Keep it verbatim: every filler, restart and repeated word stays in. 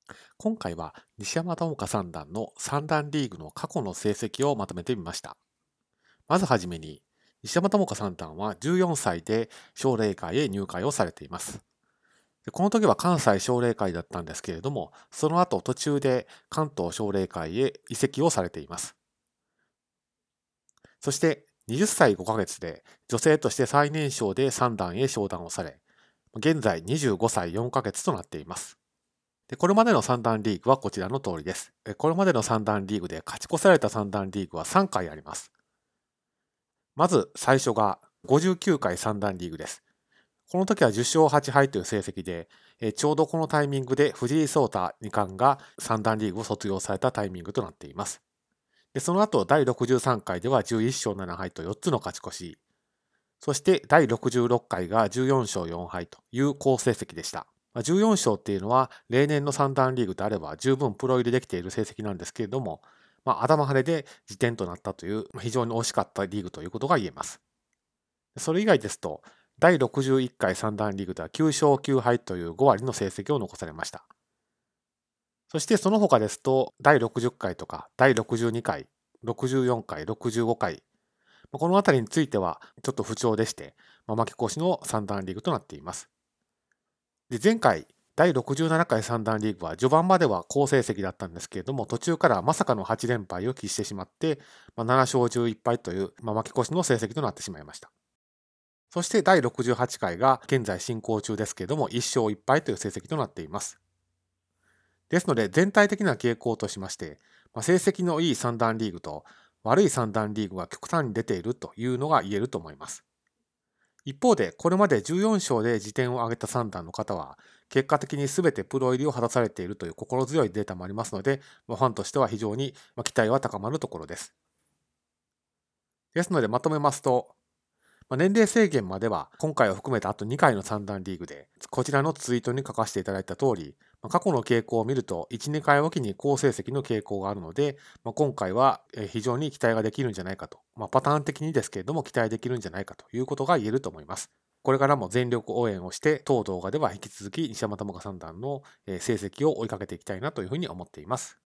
今回は西山智香三段の三段リーグの過去の成績をまとめてみました。まずはじめに、西山智香三段はじゅうよんさいで奨励会へ入会をされています。でこの時は関西奨励会だったんですけれども、その後途中で関東奨励会へ移籍をされています。そしてはたちごかげつで女性として最年少で三段へ昇段をされ、現在にじゅうごさいよんかげつとなっています。で、これまでの三段リーグはこちらの通りです。これまでの三段リーグで勝ち越された三段リーグはさんかいあります。まず最初がごじゅうきゅうかい三段リーグです。この時はじゅっしょうはちはいという成績で、ちょうどこのタイミングで藤井聡太二冠が三段リーグを卒業されたタイミングとなっています。でその後だいろくじゅうさんかいではじゅういっしょうななはいとよっつの勝ち越し、そしてだいろくじゅうろっかいがじゅうよんしょうよんはいという好成績でした。じゅうよん勝っていうのは例年の三段リーグであれば十分プロ入りできている成績なんですけれども、まあ、頭跳ねで次点となったという非常に惜しかったリーグということが言えます。それ以外ですとだいろくじゅういっかい三段リーグではきゅうしょうきゅうはいというごわりの成績を残されました。そしてその他ですとだいろくじゅっかいとかだいろくじゅうにかい、ろくじゅうよんかい、ろくじゅうごかい、このあたりについてはちょっと不調でして、まあ、負け越しの三段リーグとなっています。で前回だいろくじゅうななかい三段リーグは序盤までは好成績だったんですけれども、途中からまさかのはちれんぱいを喫してしまって、まあ、ななしょうじゅういっぱいという、まあ、負け越しの成績となってしまいました。そしてだいろくじゅうはちかいが現在進行中ですけれども、いっしょういっぱいという成績となっています。ですので全体的な傾向としまして、まあ、成績のいい三段リーグと悪い三段リーグが極端に出ているというのが言えると思います。一方で、これまでじゅうよん勝で次点を挙げた三段の方は、結果的に全てプロ入りを果たされているという心強いデータもありますので、ファンとしては非常に期待は高まるところです。ですので、まとめますと、年齢制限までは今回を含めたあとにかいの三段リーグで、こちらのツイートに書かせていただいた通り、過去の傾向を見るといち、にかいおきに好成績の傾向があるので、今回は非常に期待ができるんじゃないかと、パターン的にですけれども期待できるんじゃないかということが言えると思います。これからも全力応援をして、当動画では引き続き西山智香三段の成績を追いかけていきたいなというふうに思っています。